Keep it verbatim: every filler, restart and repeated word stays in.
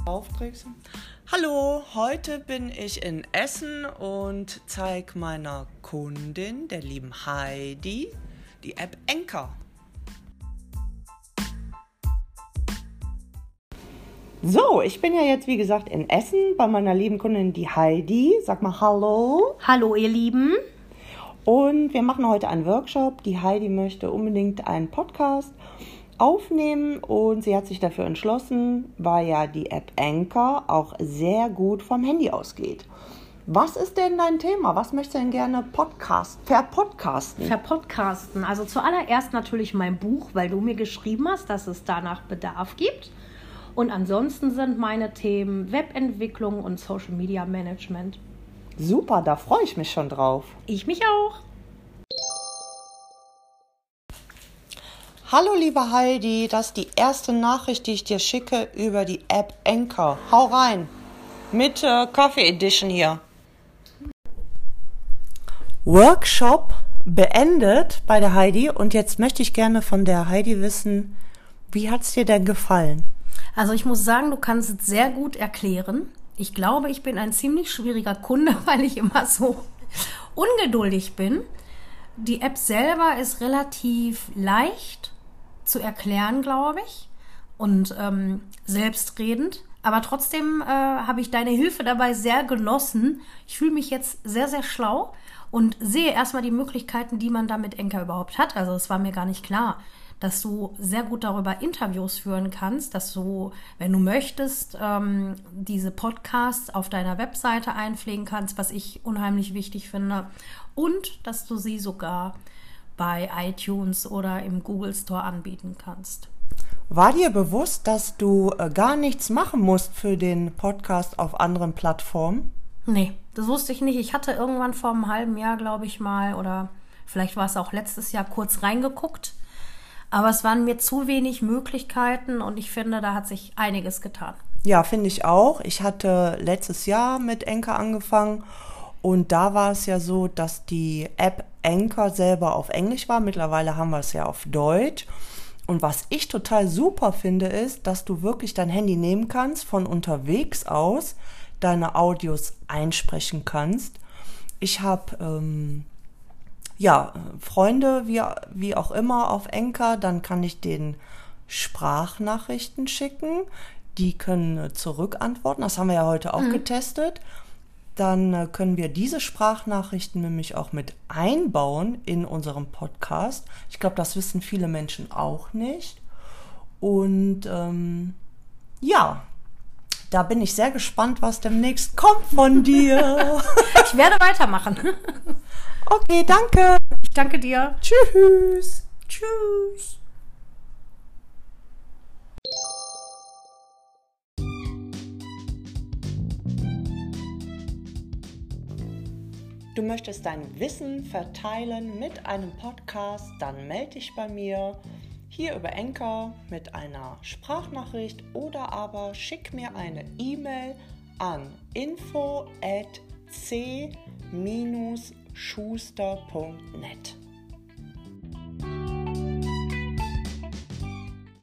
Aufträgst. Hallo, heute bin ich in Essen und zeige meiner Kundin, der lieben Heidi, die App Anchor. So, ich bin ja jetzt wie gesagt in Essen bei meiner lieben Kundin, die Heidi. Sag mal Hallo. Hallo ihr Lieben. Und wir machen heute einen Workshop. Die Heidi möchte unbedingt einen Podcast aufnehmen und sie hat sich dafür entschlossen, weil ja die App Anchor auch sehr gut vom Handy aus geht. Was ist denn dein Thema? Was möchtest du denn gerne Podcast, verpodcasten? Verpodcasten. Also zuallererst natürlich mein Buch, weil du mir geschrieben hast, dass es danach Bedarf gibt. Und ansonsten sind meine Themen Webentwicklung und Social Media Management. Super, da freue ich mich schon drauf. Ich mich auch. Hallo liebe Heidi, das ist die erste Nachricht, die ich dir schicke über die App Anchor. Hau rein, mit äh, Coffee Edition hier. Workshop beendet bei der Heidi und jetzt möchte ich gerne von der Heidi wissen, wie hat es dir denn gefallen? Also ich muss sagen, du kannst es sehr gut erklären. Ich glaube, ich bin ein ziemlich schwieriger Kunde, weil ich immer so ungeduldig bin. Die App selber ist relativ leicht zu erklären, glaube ich, und ähm, selbstredend. Aber trotzdem äh, habe ich deine Hilfe dabei sehr genossen. Ich fühle mich jetzt sehr, sehr schlau und sehe erstmal die Möglichkeiten, die man da mit Anchor überhaupt hat. Also es war mir gar nicht klar, dass du sehr gut darüber Interviews führen kannst, dass du, wenn du möchtest, ähm, diese Podcasts auf deiner Webseite einpflegen kannst, was ich unheimlich wichtig finde. Und dass du sie sogar bei iTunes oder im Google Store anbieten kannst. War dir bewusst, dass du äh, gar nichts machen musst für den Podcast auf anderen Plattformen? Nee, das wusste ich nicht. Ich hatte irgendwann vor einem halben Jahr, glaube ich mal, oder vielleicht war es auch letztes Jahr, kurz reingeguckt. Aber es waren mir zu wenig Möglichkeiten und ich finde, da hat sich einiges getan. Ja, finde ich auch. Ich hatte letztes Jahr mit Anchor angefangen und da war es ja so, dass die App Anchor selber auf Englisch war. Mittlerweile haben wir es ja auf Deutsch. Und was ich total super finde, ist, dass du wirklich dein Handy nehmen kannst, von unterwegs aus deine Audios einsprechen kannst. Ich habe ähm, ja Freunde, wie, wie auch immer, auf Anchor. Dann kann ich denen Sprachnachrichten schicken. Die können zurückantworten. Das haben wir ja heute auch mhm. getestet. Dann können wir diese Sprachnachrichten nämlich auch mit einbauen in unserem Podcast. Ich glaube, das wissen viele Menschen auch nicht. Und ähm, ja, da bin ich sehr gespannt, was demnächst kommt von dir. Ich werde weitermachen. Okay, danke. Ich danke dir. Tschüss. Tschüss. Du möchtest dein Wissen verteilen mit einem Podcast, dann melde dich bei mir hier über Anchor mit einer Sprachnachricht oder aber schick mir eine E-Mail an info at c schuster punkt net.